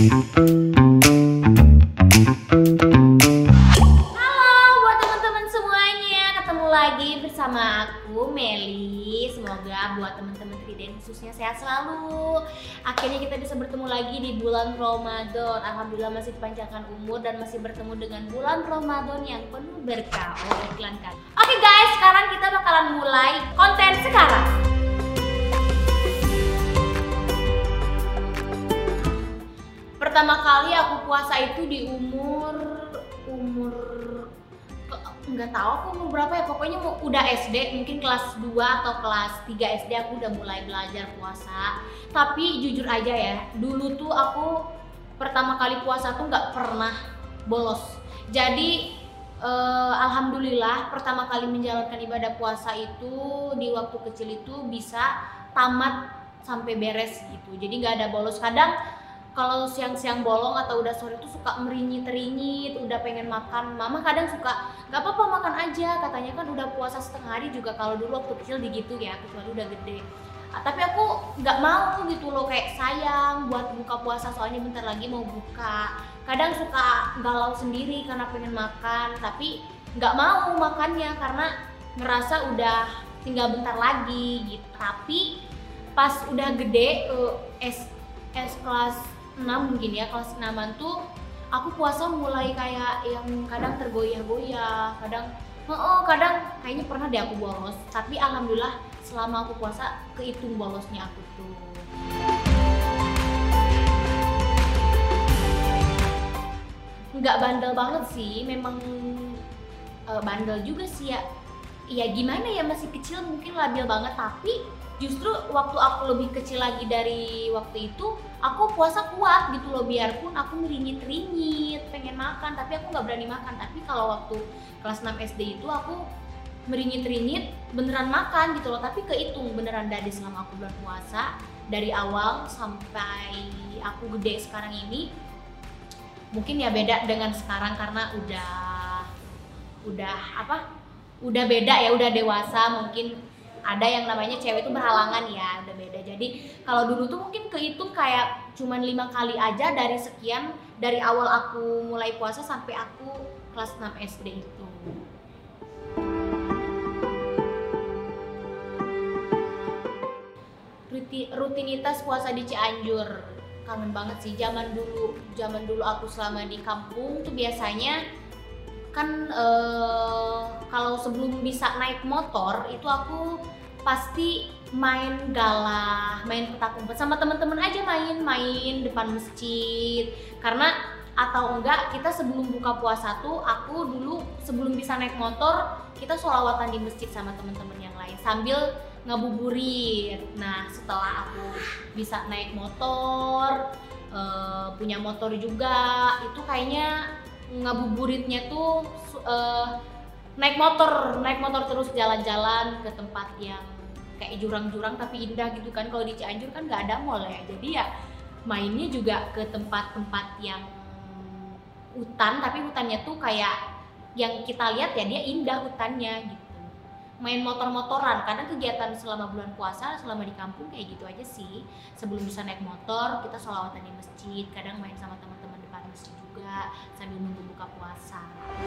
buat teman-teman semuanya, ketemu lagi bersama aku Meli. Semoga buat teman-teman Triden khususnya sehat selalu. Akhirnya kita bisa bertemu lagi di bulan Ramadan. Alhamdulillah masih dipanjangkan umur dan masih bertemu dengan bulan Ramadan yang penuh berkah. Iklan kan. Oke guys, sekarang kita bakalan mulai konten sekarang. Pertama kali aku puasa itu di umur nggak tahu aku umur berapa ya, pokoknya udah SD, mungkin kelas 2 atau kelas 3 SD aku udah mulai belajar puasa. Tapi jujur aja ya, dulu tuh aku pertama kali puasa tuh nggak pernah bolos. Jadi alhamdulillah pertama kali menjalankan ibadah puasa itu di waktu kecil itu bisa tamat sampai beres gitu. Jadi nggak ada bolos. Kadang kalau siang-siang bolong atau udah sore tuh suka merinyit-rinyit, udah pengen makan. Mama kadang suka, gak apa-apa makan aja, katanya kan udah puasa setengah hari juga. Kalau dulu waktu kecil digitu ya, kecuali udah gede. Tapi aku gak mau gitu loh, kayak sayang buat buka puasa soalnya bentar lagi mau buka. Kadang suka galau sendiri karena pengen makan, tapi gak mau makannya karena ngerasa udah tinggal bentar lagi gitu. Tapi pas udah gede, S kelas 6 mungkin ya, kelas 6-an tuh aku puasa mulai kayak yang kadang tergoyah-goyah, kadang kayaknya pernah deh aku bolos. Tapi alhamdulillah selama aku puasa kehitung bolosnya aku tuh. Nggak bandel banget sih, memang bandel juga sih ya. Ya gimana ya, masih kecil mungkin labil banget, tapi justru waktu aku lebih kecil lagi dari waktu itu, aku puasa kuat gitu loh, biarpun aku merinyit-rinyit pengen makan, tapi aku nggak berani makan. Tapi kalau waktu kelas 6 SD itu aku merinyit-rinyit beneran makan gitu loh, tapi kehitung beneran dari selama aku bulan puasa, dari awal sampai aku gede sekarang ini. Mungkin ya beda dengan sekarang karena udah beda ya, udah dewasa. Mungkin ada yang namanya cewek itu berhalangan ya, udah beda. Jadi kalau dulu tuh mungkin kehitung kayak cuman 5 kali aja dari sekian, dari awal aku mulai puasa sampai aku kelas 6 SD itu. Rutinitas puasa di Cianjur, kangen banget sih. Zaman dulu aku selama di kampung tuh biasanya kan kalau sebelum bisa naik motor itu aku pasti main galah, main petak umpet sama teman-teman aja, main depan masjid. Karena atau enggak kita sebelum buka puasa tuh, aku dulu sebelum bisa naik motor kita sholawatan di masjid sama teman-teman yang lain sambil ngabuburit. Nah setelah aku bisa naik motor, punya motor juga, itu kayaknya ngabuburitnya tuh naik motor terus jalan-jalan ke tempat yang kayak jurang-jurang tapi indah gitu kan. Kalau di Cianjur kan nggak ada mall ya, jadi ya mainnya juga ke tempat-tempat yang hutan, tapi hutannya tuh kayak yang kita lihat ya, dia indah hutannya gitu. Main motor-motoran, kadang kegiatan selama bulan puasa selama di kampung kayak gitu aja sih. Sebelum bisa naik motor kita sholawatan di masjid, kadang main sama teman-teman depan masjid juga sambil nunggu buka puasa.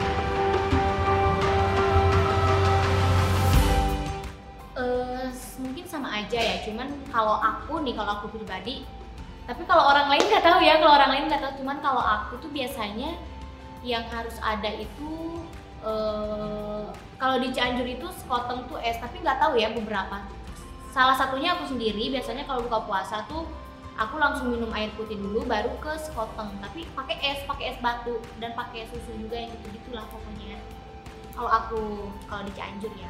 Mungkin sama aja ya, cuman kalau aku pribadi, tapi kalau orang lain nggak tahu ya, cuman kalau aku tuh biasanya yang harus ada itu kalau di Cianjur itu sekoteng tuh es, tapi nggak tahu ya beberapa. Salah satunya aku sendiri biasanya kalau buka puasa tuh aku langsung minum air putih dulu baru ke sekoteng, tapi pakai es batu dan pakai susu juga yang gitu-gitulah pokoknya. Kalau di Cianjur ya.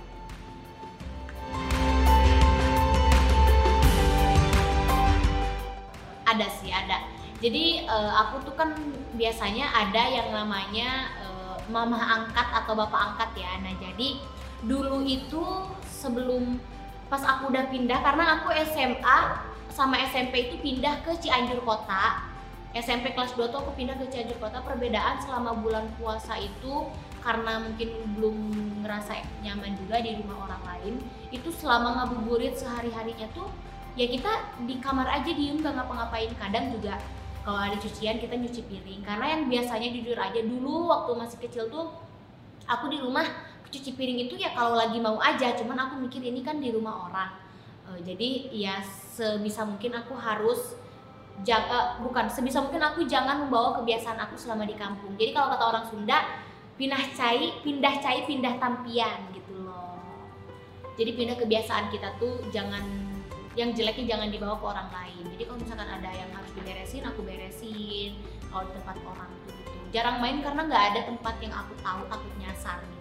Ada. Jadi aku tuh kan biasanya ada yang namanya mama angkat atau bapak angkat ya. Nah jadi dulu itu sebelum pas aku udah pindah, karena aku SMA sama SMP itu pindah ke Cianjur Kota. SMP kelas 2 tuh aku pindah ke Cianjur Kota. Perbedaan selama bulan puasa itu karena mungkin belum ngerasa nyaman juga di rumah orang lain, itu selama ngabuburit sehari-harinya tuh ya kita di kamar aja diem gak ngapa-ngapain. Kadang juga kalau ada cucian kita nyuci piring. Karena yang biasanya jujur aja dulu waktu masih kecil tuh aku di rumah cuci piring itu ya kalau lagi mau aja, cuman aku mikir ini kan di rumah orang. Jadi ya sebisa mungkin aku harus sebisa mungkin aku jangan membawa kebiasaan aku selama di kampung. Jadi kalau kata orang Sunda, pindah cai pindah tampian gitu loh. Jadi pindah kebiasaan kita tuh jangan, yang jeleknya jangan dibawa ke orang lain. Jadi kalau misalkan ada yang harus diberesin, aku beresin. Kalau di tempat orang tuh gitu. Jarang main karena nggak ada tempat yang aku tahu, takut nyasar gitu.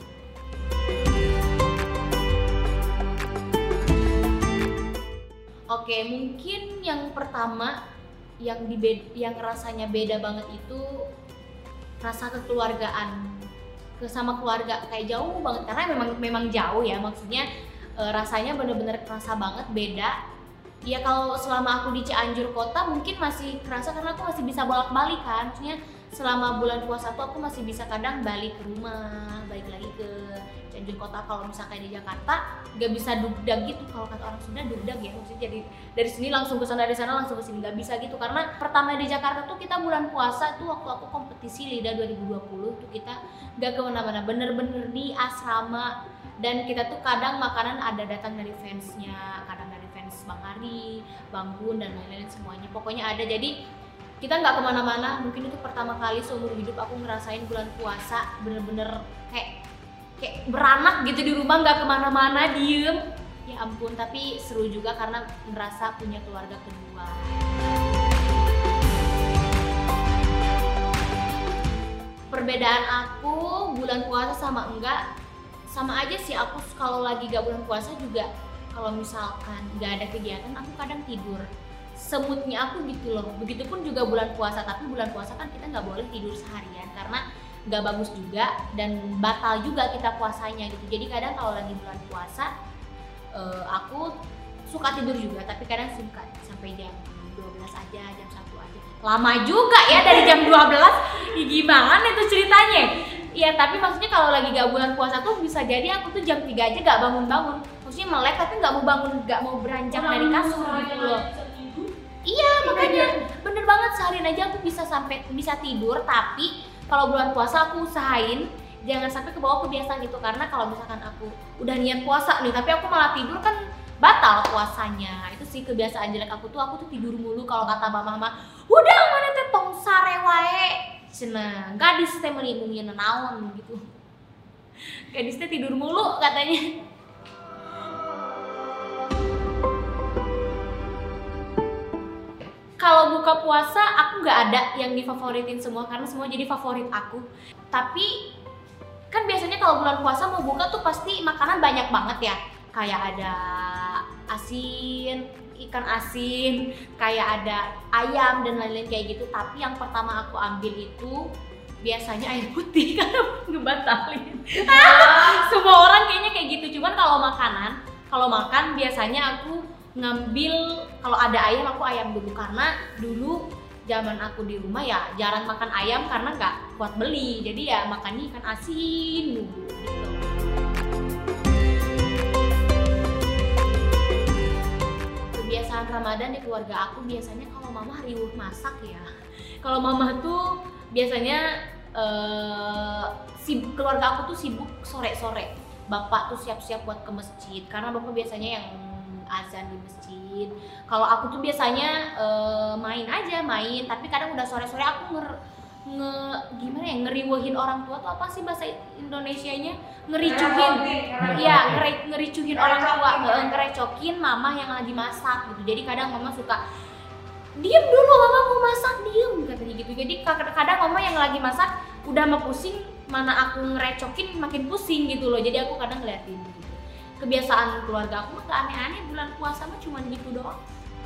Oke, mungkin yang pertama yang rasanya beda banget itu rasa kekeluargaan sama keluarga, kayak jauh banget karena memang jauh ya, maksudnya rasanya bener-bener kerasa banget beda. Ya kalau selama aku di Cianjur kota mungkin masih kerasa karena aku masih bisa bolak-balik kan, maksudnya selama bulan puasa tuh aku masih bisa kadang balik ke rumah, balik lagi ke Cianjur kota. Kalau misalkan di Jakarta nggak bisa dugdag gitu, kalau kata orang Sunda dugdag ya, maksudnya jadi dari sini langsung ke sana, dari sana langsung ke sini, nggak bisa gitu. Karena pertama di Jakarta tuh kita bulan puasa tuh waktu aku kompetisi Lida 2020 tuh kita nggak kemana-mana, bener-bener di asrama. Dan kita tuh kadang makanan ada datang dari fansnya, kadang dari fans Bang Hari, Bang Gun dan lain-lain semuanya, pokoknya ada. Jadi kita nggak kemana-mana. Mungkin itu pertama kali seumur hidup aku ngerasain bulan puasa bener-bener kayak beranak gitu di rumah, nggak kemana-mana, diem. Ya ampun, tapi seru juga karena ngerasa punya keluarga kedua. Perbedaan aku bulan puasa sama enggak sama aja sih. Aku kalau lagi gak bulan puasa juga, kalau misalkan gak ada kegiatan aku kadang tidur. Semutnya aku gitu loh. Begitupun juga bulan puasa, tapi bulan puasa kan kita nggak boleh tidur seharian karena nggak bagus juga dan batal juga kita puasanya gitu. Jadi kadang kalau lagi bulan puasa aku suka tidur juga, tapi kadang suka sampai jam 12 aja, jam 1 aja. Lama juga ya dari jam 12. Gimana itu ceritanya? Iya, tapi maksudnya kalau lagi gak bulan puasa tuh bisa jadi aku tuh jam 3 aja gak bangun-bangun. Maksudnya melek tapi gak mau bangun, gak mau beranjak dari kasur gitu loh. Iya, makanya bener banget, seharian aja aku bisa tidur. Tapi kalau bulan puasa aku usahain jangan sampai kebawa kebiasaan gitu. Karena kalau misalkan aku udah niat puasa nih tapi aku malah tidur kan batal puasanya. Itu sih kebiasaan jelek aku tuh tidur mulu. Kalau kata mama, udah mana teh tong sare wae. Cenah, gadis teh meuli mungkin naon gitu. Gadis teh tidur mulu katanya. Kalau buka puasa aku nggak ada yang difavoritin semua karena semua jadi favorit aku. Tapi kan biasanya kalau bulan puasa mau buka tuh pasti makanan banyak banget ya. Kayak ada ikan asin, kayak ada ayam dan lain-lain kayak gitu. Tapi yang pertama aku ambil itu biasanya air putih karena ngebatalin. Semua orang kayaknya kayak gitu. Cuman kalau makan biasanya aku ngambil, kalau ada ayam aku ayam dulu, karena dulu zaman aku di rumah ya jarang makan ayam karena nggak kuat beli. Jadi ya makannya ikan asin dulu gitu. Kebiasaan Ramadan di keluarga aku biasanya kalau mama riuh masak ya. Kalau mama tuh biasanya keluarga aku tuh sibuk sore-sore. Bapak tuh siap-siap buat ke masjid karena bapak biasanya yang azan di masjid. Kalau aku tuh biasanya main, tapi kadang udah sore-sore aku ngeriwuhin orang tua tuh apa sih bahasa Indonesianya? Ngericuhin. Iya, ngericuhin orang tua, ngerecokin mama yang lagi masak gitu. Jadi kadang mama suka diem dulu, mama mau masak, diem katanya gitu. Jadi kadang mama yang lagi masak udah mau pusing, mana aku ngerecokin makin pusing gitu loh. Jadi aku kadang ngeliatin gitu. Kebiasaan keluarga aku gak aneh-aneh, bulan puasa mah cuma gitu doang.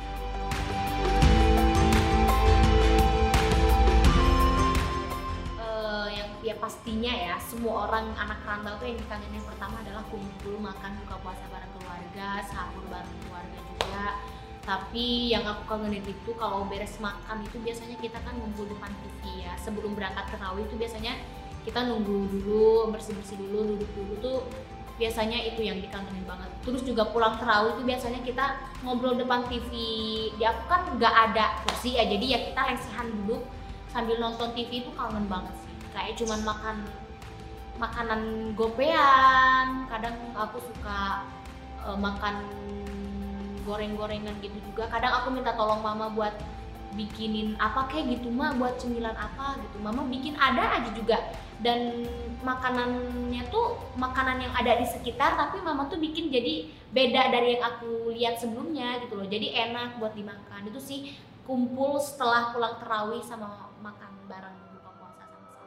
Ya pastinya ya, semua orang anak rantau tuh yang dikangenin pertama adalah kumpul makan buka puasa bareng keluarga, sahur bareng keluarga juga. Tapi yang aku kangenin itu kalau beres makan itu biasanya kita kan ngumpul depan TV ya. Sebelum berangkat ke tarawih itu biasanya kita nunggu dulu, bersih-bersih dulu, duduk dulu tuh biasanya itu yang dikangenin banget. Terus juga pulang tarawih itu biasanya kita ngobrol depan TV. Di aku kan nggak ada kursi ya, jadi ya kita lesehan duduk sambil nonton TV. Itu kangen banget sih. Kayak cuman makan makanan gopean. Kadang aku suka makan goreng-gorengan gitu juga. Kadang aku minta tolong mama buat bikinin apa kayak gitu, mah buat cemilan apa gitu. Mama bikin ada aja juga, dan makanannya tuh makanan yang ada di sekitar, tapi mama tuh bikin jadi beda dari yang aku lihat sebelumnya gitu loh. Jadi enak buat dimakan. Itu sih kumpul setelah pulang tarawih sama makan bareng buka puasa sama-sama.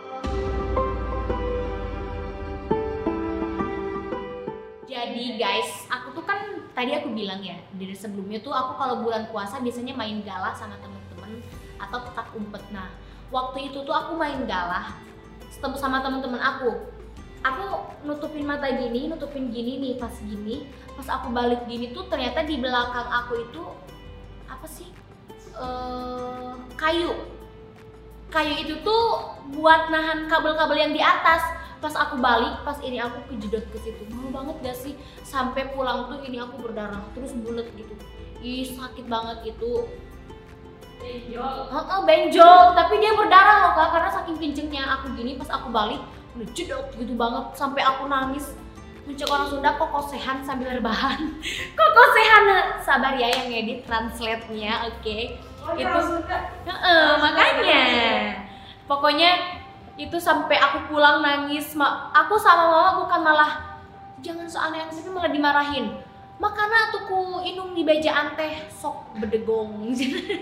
Jadi guys, aku tuh kan tadi aku bilang ya, dari sebelumnya tuh aku kalau bulan puasa biasanya main galah sama temen-temen atau petak umpet. Nah, waktu itu tuh aku main galah sama temen-temen aku. Aku nutupin mata gini, nutupin gini nih, pas gini, pas aku balik gini tuh ternyata di belakang aku itu apa sih? Kayu. Kayu itu tuh buat nahan kabel-kabel yang di atas. Pas aku balik, pas ini aku kejedot ke situ. Malu banget gak sih? Sampai pulang tuh ini aku berdarah, terus bulet gitu. Ih, sakit banget itu. Benjol. Benjol, tapi dia berdarah loh Kak, karena saking kencengnya aku gini, pas aku balik udah jedot gitu banget sampai aku nangis. Mencek orang Sunda, kok kosehan sambil rebahan. Kok kosehan, sabar ya yang edit translate-nya, oke. Itu makanya. Pokoknya itu sampai aku pulang nangis. Aku sama mama bukan malah jangan seaneh-aneh, tapi malah dimarahin. Makana tuku inung di bejaan teh sok bedegong.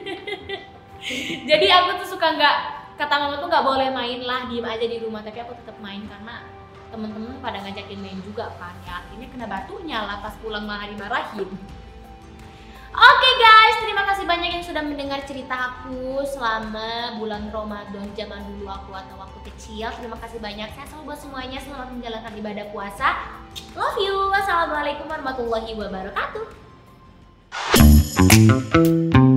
Jadi aku tuh suka nggak, kata mama tuh nggak boleh main lah, diem aja di rumah. Tapi aku tetap main karena temen-temen pada ngajakin main juga kan. Ya akhirnya kena batunya lah, pas pulang malah dimarahin. Oke guys, terima kasih banyak yang sudah mendengar cerita aku selama bulan Ramadan zaman dulu aku atau waktu kecil. Terima kasih banyak, saya selalu buat semuanya, selamat menjalankan ibadah puasa. Love you, wassalamualaikum warahmatullahi wabarakatuh.